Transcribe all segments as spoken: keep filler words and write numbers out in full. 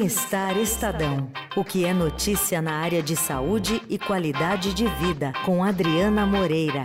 Bem-Estar Estadão. O que é notícia na área de saúde e qualidade de vida, com Adriana Moreira.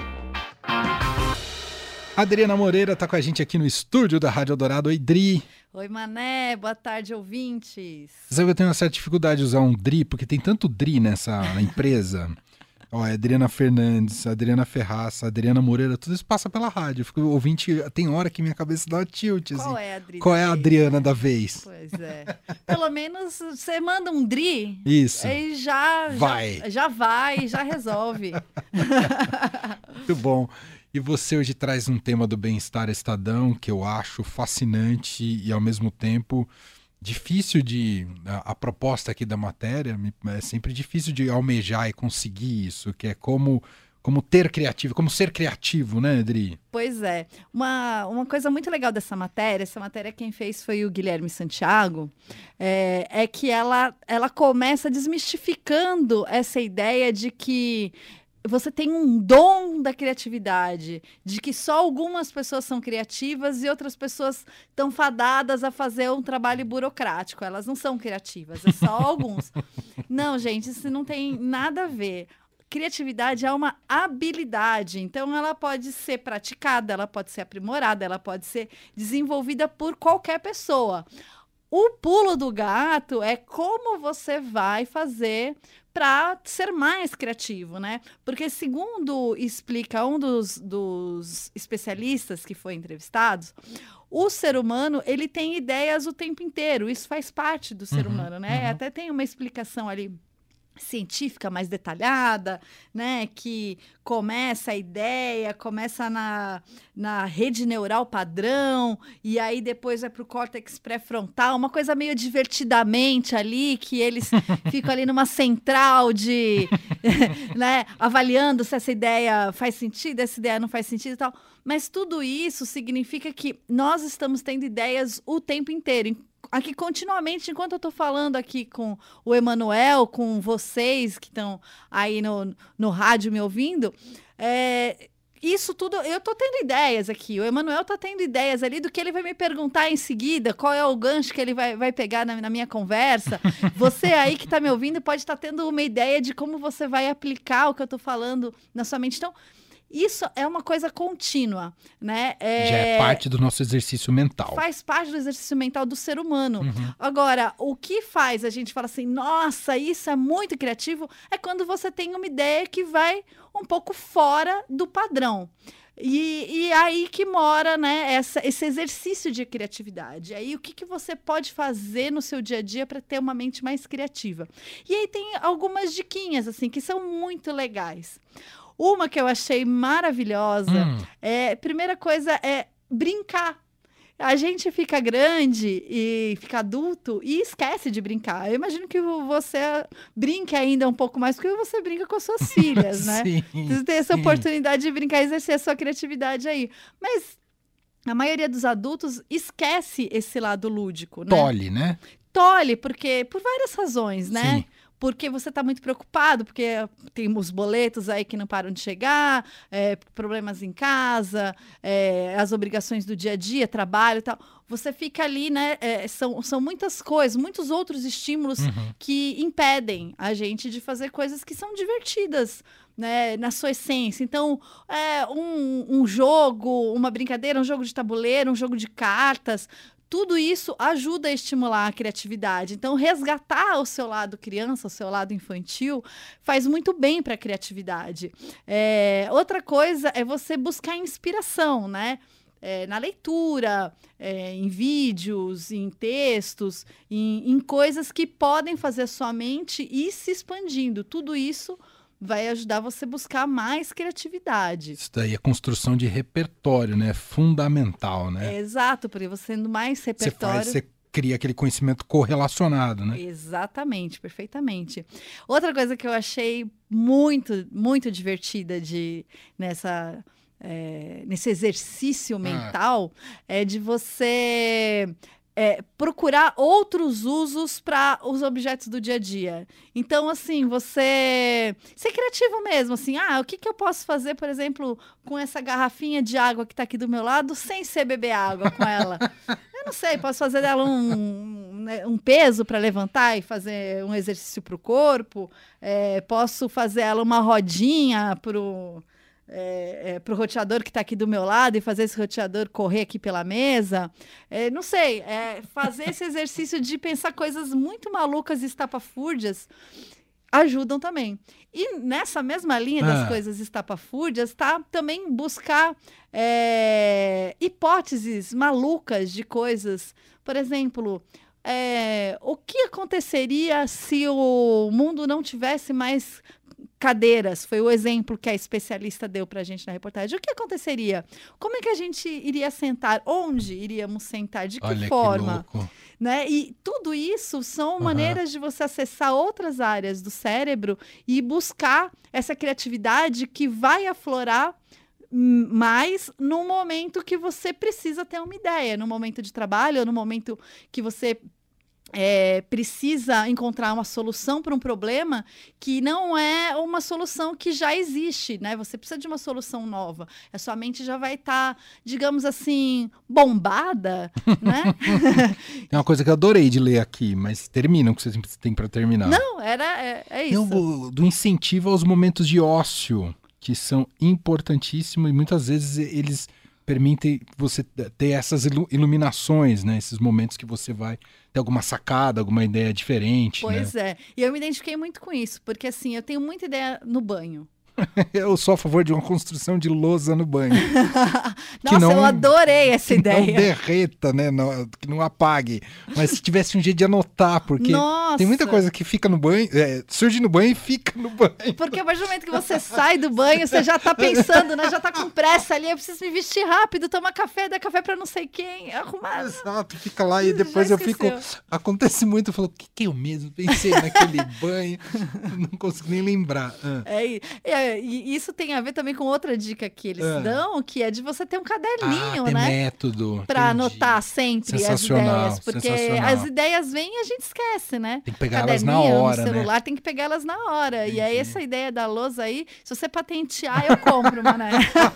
Adriana Moreira está com a gente aqui no estúdio da Rádio Eldorado. Oi, Dri. Oi, Mané. Boa tarde, ouvintes. Sabe que eu tenho uma certa dificuldade de usar um Dri, porque tem tanto Dri nessa empresa. Ó, é Adriana Fernandes, Adriana Ferraz, Adriana Moreira, tudo isso passa pela rádio. Fico ouvinte, tem hora que minha cabeça dá uma tilt. Qual assim. é a Dri? Qual é a Adriana da vez? Pois é. Pelo menos você manda um Dri. Isso. E já vai. Já, já vai, já resolve. Muito bom. E você hoje traz um tema do Bem-Estar Estadão que eu acho fascinante e ao mesmo tempo difícil de... A, a proposta aqui da matéria é sempre difícil de almejar e conseguir isso, que é como, como ter criativo, como ser criativo, né, Adri? Pois é. Uma, uma coisa muito legal dessa matéria, essa matéria quem fez foi o Guilherme Santiago, é, é que ela, ela começa desmistificando essa ideia de que você tem um dom da criatividade, de que só algumas pessoas são criativas e outras pessoas estão fadadas a fazer um trabalho burocrático. Elas não são criativas, é só alguns. Não, gente, isso não tem nada a ver. Criatividade é uma habilidade, então ela pode ser praticada, ela pode ser aprimorada, ela pode ser desenvolvida por qualquer pessoa. O pulo do gato é como você vai fazer para ser mais criativo, né? Porque segundo explica um dos, dos especialistas que foi entrevistado, o ser humano ele tem ideias o tempo inteiro, isso faz parte do ser uhum, humano, né? Uhum. Até tem uma explicação ali científica mais detalhada, né, que começa a ideia, começa na, na rede neural padrão, e aí depois vai para o córtex pré-frontal, uma coisa meio divertidamente ali, que eles ficam ali numa central de, né, avaliando se essa ideia faz sentido, essa ideia não faz sentido e tal. Mas tudo isso significa que nós estamos tendo ideias o tempo inteiro, aqui continuamente, enquanto eu estou falando aqui com o Emanuel, com vocês que estão aí no, no rádio me ouvindo, é, isso tudo, eu estou tendo ideias aqui, o Emanuel está tendo ideias ali do que ele vai me perguntar em seguida, qual é o gancho que ele vai, vai pegar na, na minha conversa. Você aí que está me ouvindo pode estar tendo uma ideia de como você vai aplicar o que eu estou falando na sua mente. Então, isso é uma coisa contínua, né? É... Já é parte do nosso exercício mental. Faz parte do exercício mental do ser humano. Uhum. Agora, o que faz a gente falar assim, nossa, isso é muito criativo, é quando você tem uma ideia que vai um pouco fora do padrão. E, e aí que mora, né, essa, esse exercício de criatividade. Aí o que, que você pode fazer no seu dia a dia para ter uma mente mais criativa? E aí tem algumas diquinhas, assim, que são muito legais. Uma que eu achei maravilhosa, hum. é, primeira coisa é brincar. A gente fica grande e fica adulto e esquece de brincar. Eu imagino que você brinque ainda um pouco mais, porque você brinca com as suas filhas, né? Sim, você tem essa sim. oportunidade de brincar e exercer a sua criatividade aí. Mas a maioria dos adultos esquece esse lado lúdico, né? Tolhe, né? Tolhe, porque por várias razões, né? Sim. Porque você está muito preocupado, porque tem os boletos aí que não param de chegar, é, problemas em casa, é, as obrigações do dia a dia, trabalho e tal. Você fica ali, né? É, são, são muitas coisas, muitos outros estímulos uhum. que impedem a gente de fazer coisas que são divertidas, né, na sua essência. Então, é, um, um jogo, uma brincadeira, um jogo de tabuleiro, um jogo de cartas, tudo isso ajuda a estimular a criatividade. Então, resgatar o seu lado criança, o seu lado infantil, faz muito bem para a criatividade. É, outra coisa é você buscar inspiração, né? É, na leitura, é, em vídeos, em textos, em, em coisas que podem fazer a sua mente ir se expandindo. Tudo isso vai ajudar você a buscar mais criatividade. Isso daí é construção de repertório, né? Fundamental, né? É, exato, porque você tendo mais repertório... Você faz, você cria aquele conhecimento correlacionado, né? Exatamente, perfeitamente. Outra coisa que eu achei muito, muito divertida de, nessa, é, nesse exercício mental ah. é de você é, procurar outros usos para os objetos do dia a dia. Então, assim, você ser criativo mesmo, assim, ah, o que, que eu posso fazer, por exemplo, com essa garrafinha de água que está aqui do meu lado, sem ser beber água com ela? Eu não sei, posso fazer dela um, um peso para levantar e fazer um exercício para o corpo, é, posso fazer ela uma rodinha para o É, é, para o roteador que está aqui do meu lado e fazer esse roteador correr aqui pela mesa. É, não sei, é, fazer esse exercício de pensar coisas muito malucas e estapafúrdias ajudam também. E nessa mesma linha das Ah. coisas estapafúrdias, tá também buscar é, hipóteses malucas de coisas. Por exemplo, é, o que aconteceria se o mundo não tivesse mais cadeiras? Foi o exemplo que a especialista deu para a gente na reportagem. O que aconteceria? Como é que a gente iria sentar? Onde iríamos sentar? De que Olha forma? que louco. Né? E tudo isso são Aham. maneiras de você acessar outras áreas do cérebro e buscar essa criatividade que vai aflorar hum, mais no momento que você precisa ter uma ideia, no momento de trabalho, ou no momento que você é, precisa encontrar uma solução para um problema que não é uma solução que já existe, né? Você precisa de uma solução nova. A sua mente já vai estar, tá, digamos assim, bombada, né? É uma coisa que eu adorei de ler aqui, mas termina o que você tem para terminar. Não, era, é, é isso. Não, do incentivo aos momentos de ócio, que são importantíssimos e muitas vezes eles permitem você ter essas ilu- iluminações, né? Esses momentos que você vai ter alguma sacada, alguma ideia diferente. Pois né? é. E eu me identifiquei muito com isso, porque assim, eu tenho muita ideia no banho. Eu sou a favor de uma construção de lousa no banho. Nossa, não, eu adorei essa que ideia. não derreta, né? Não, que não apague. Mas se tivesse um jeito de anotar, porque Nossa. tem muita coisa que fica no banho, é, surge no banho e fica no banho. Porque a partir do momento que você sai do banho, você já tá pensando, né? Já tá com pressa ali, eu preciso me vestir rápido, tomar café, dar café pra não sei quem, arrumar. Exato, fica lá e Já depois eu fico... esqueceu. Acontece muito, eu falo, o que, que eu mesmo pensei naquele banho? Não consigo nem lembrar. Ah. É, e, é, e isso tem a ver também com outra dica que eles Ah. dão, que é de você ter um caderninho, Ah, tem né? método. Pra entendi. anotar sempre as Sensacional, ideias. Porque sensacional. as ideias vêm e a gente esquece, né? Tem que pegar elas na Caderninho, hora, no celular, né? tem que pegar elas na hora. E aí, Entendi. essa ideia da lousa aí, se você patentear, eu compro, mané.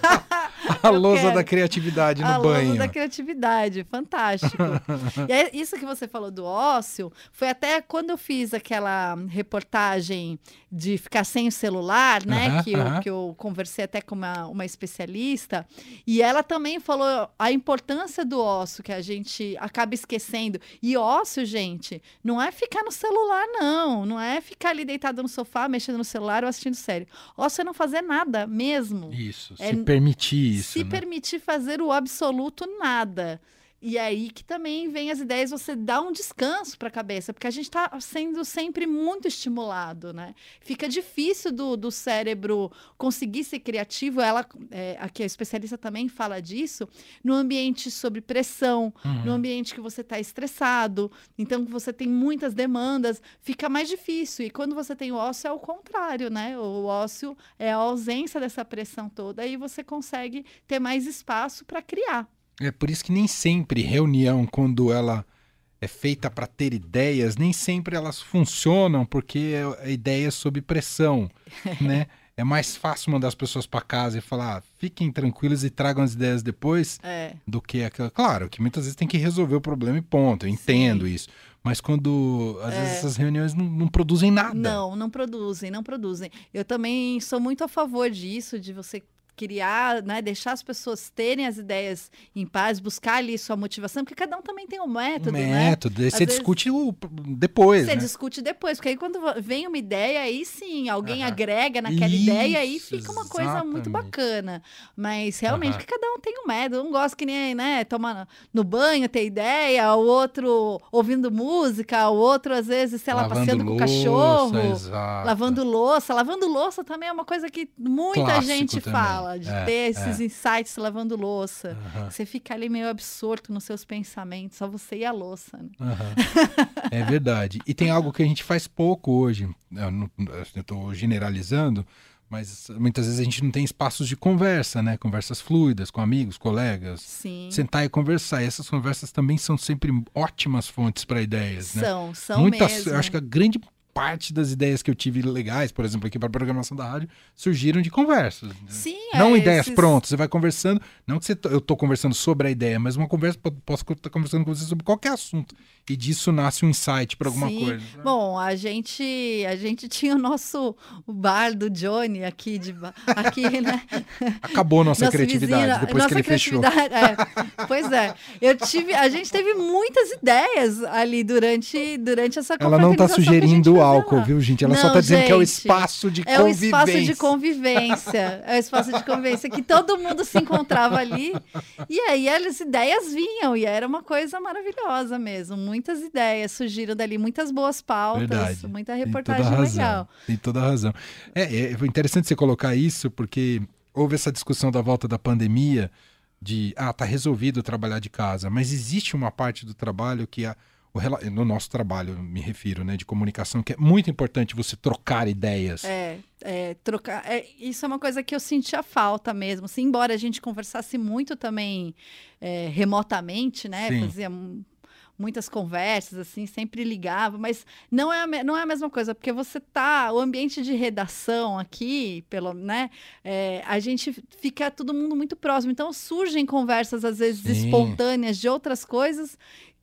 A Eu lousa quero. da criatividade no A banho. lousa da criatividade, fantástico. E aí, isso que você falou do ócio, foi até quando eu fiz aquela reportagem de ficar sem o celular, né? Aham, que, eu, aham. que eu conversei até com uma, uma especialista, e ela também falou a importância do ócio, que a gente acaba esquecendo. E ócio, gente, não é ficar no celular, não. Não é ficar ali deitado no sofá, mexendo no celular ou assistindo série. Ócio é não fazer nada mesmo. Isso, É, se permitir isso, se né? permitir fazer o absoluto nada. E aí que também vem as ideias, você dá um descanso para a cabeça, porque a gente está sendo sempre muito estimulado, né? Fica difícil do, do cérebro conseguir ser criativo. Ela, é, aqui a especialista também fala disso, no ambiente sob pressão, Uhum. no ambiente que você está estressado, então que você tem muitas demandas, fica mais difícil. E quando você tem o ócio, é o contrário, né? O ócio é a ausência dessa pressão toda, e você consegue ter mais espaço para criar. É por isso que nem sempre reunião, quando ela é feita para ter ideias, nem sempre elas funcionam, porque é, é ideia sob pressão, né? É mais fácil mandar as pessoas para casa e falar, ah, fiquem tranquilos e tragam as ideias depois, É. do que aquela... Claro, que muitas vezes tem que resolver o problema e ponto, eu entendo isso. Mas quando, às vezes, essas reuniões não, não produzem nada. Não, não produzem, não produzem. Eu também sou muito a favor disso, de você criar, né, deixar as pessoas terem as ideias em paz, buscar ali sua motivação, porque cada um também tem um método, Um né? método, aí Às você vezes- discute o, depois, Você né? discute depois, porque aí quando vem uma ideia, aí sim, alguém Aham. agrega naquela ideia, aí Isso, fica uma coisa muito exatamente. bacana. Mas realmente, Aham. que cada um tem um método. Um gosta que nem, né, tomar no banho, ter ideia, o outro ouvindo música, o outro, às vezes, sei lá, Lavando passeando com o louça, cachorro. exato. Lavando louça. Lavando louça também é uma coisa que muita Clássico gente também. fala, de É, ter esses é. insights lavando louça. Aham, Você fica ali meio absorto nos seus pensamentos, só você e a louça. Né? aham. É verdade. E tem algo que a gente faz pouco hoje, eu estou generalizando, Mas muitas vezes a gente não tem espaços de conversa, né? Conversas fluidas com amigos, colegas. Sim. Sentar e conversar. E essas conversas também são sempre ótimas fontes para ideias, né? São, são Muitas, mesmo. eu acho que a grande parte das ideias que eu tive legais, por exemplo, aqui para a programação da rádio, surgiram de conversas. Sim, não é, ideias esses... prontas, você vai conversando, não que você, eu estou conversando sobre a ideia, mas uma conversa, posso estar conversando com você sobre qualquer assunto, e disso nasce um insight para alguma Sim. coisa. Bom, a gente, a gente tinha o nosso o bar do Johnny aqui, de, aqui, né? Acabou nossa, nossa criatividade, vizinha, depois nossa que ele fechou. É, pois é, eu tive, a gente teve muitas ideias ali durante, durante essa Ela não está sugerindo o álcool, lá. Viu, gente? Ela não, só está dizendo gente, que é o espaço de é convivência. É o espaço de convivência. É o espaço de convivência que todo mundo se encontrava ali. E aí as ideias vinham. E era uma coisa maravilhosa mesmo. Muitas ideias surgiram dali. Muitas boas pautas. Verdade. Muita reportagem Tem toda a legal. Razão. Tem toda a razão. É, é interessante você colocar isso, porque houve essa discussão da volta da pandemia de, ah, tá resolvido trabalhar de casa. Mas existe uma parte do trabalho que a no nosso trabalho, me refiro, né, de comunicação, que é muito importante você trocar ideias. É, é trocar. É, isso é uma coisa que eu sentia falta mesmo. Assim, embora a gente conversasse muito também é, remotamente, né? Sim. Fazia muitas conversas, assim, sempre ligava, mas não é, a, não é a mesma coisa, porque você tá, o ambiente de redação aqui, pelo, né, é, a gente fica todo mundo muito próximo, então surgem conversas, às vezes, Sim. espontâneas de outras coisas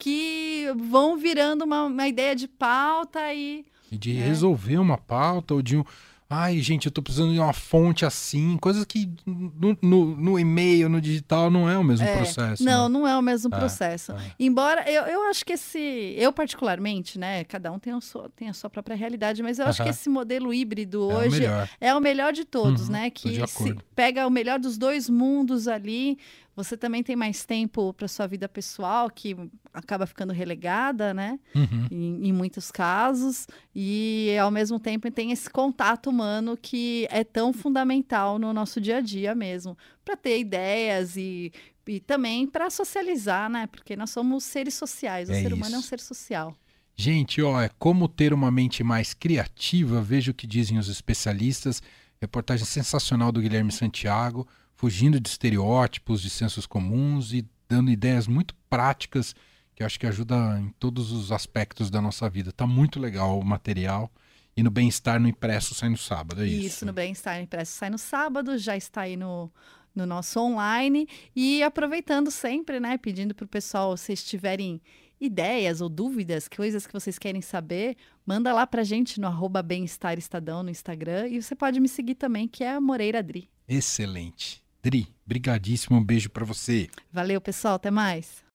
que vão virando uma, uma ideia de pauta e... E de é. resolver uma pauta, ou de um... Ai, gente, eu tô precisando de uma fonte assim, coisas que no, no, no e-mail, no digital, não é o mesmo é, processo. Não, né? não é o mesmo é, processo. É. Embora, eu, eu acho que esse... Eu, particularmente, né, cada um tem, o seu, tem a sua própria realidade, mas eu uh-huh. acho que esse modelo híbrido é hoje o é o melhor de todos, uhum, né? Que se pega o melhor dos dois mundos ali. Você também tem mais tempo para sua vida pessoal, que acaba ficando relegada, né? Uhum. Em, em muitos casos. E, ao mesmo tempo, tem esse contato humano que é tão fundamental no nosso dia a dia mesmo. Para ter ideias e, e também para socializar, né? Porque nós somos seres sociais. O é ser humano isso. é um ser social. Gente, ó, é como ter uma mente mais criativa. Veja o que dizem os especialistas. Reportagem sensacional do Guilherme Santiago. Fugindo de estereótipos, de sensos comuns e dando ideias muito práticas que eu acho que ajuda em todos os aspectos da nossa vida. Tá muito legal o material. E no Bem-Estar no Impresso sai no sábado, é isso? Isso, no Bem-Estar no Impresso sai no sábado, já está aí no, no nosso online. E aproveitando sempre, né, pedindo para o pessoal, se tiverem ideias ou dúvidas, coisas que vocês querem saber, manda lá pra gente no arroba Bem-Estar Estadão no Instagram. E você pode me seguir também, que é a Moreira Dri. Excelente. Dri, brigadíssimo, um beijo para você. Valeu, pessoal, até mais.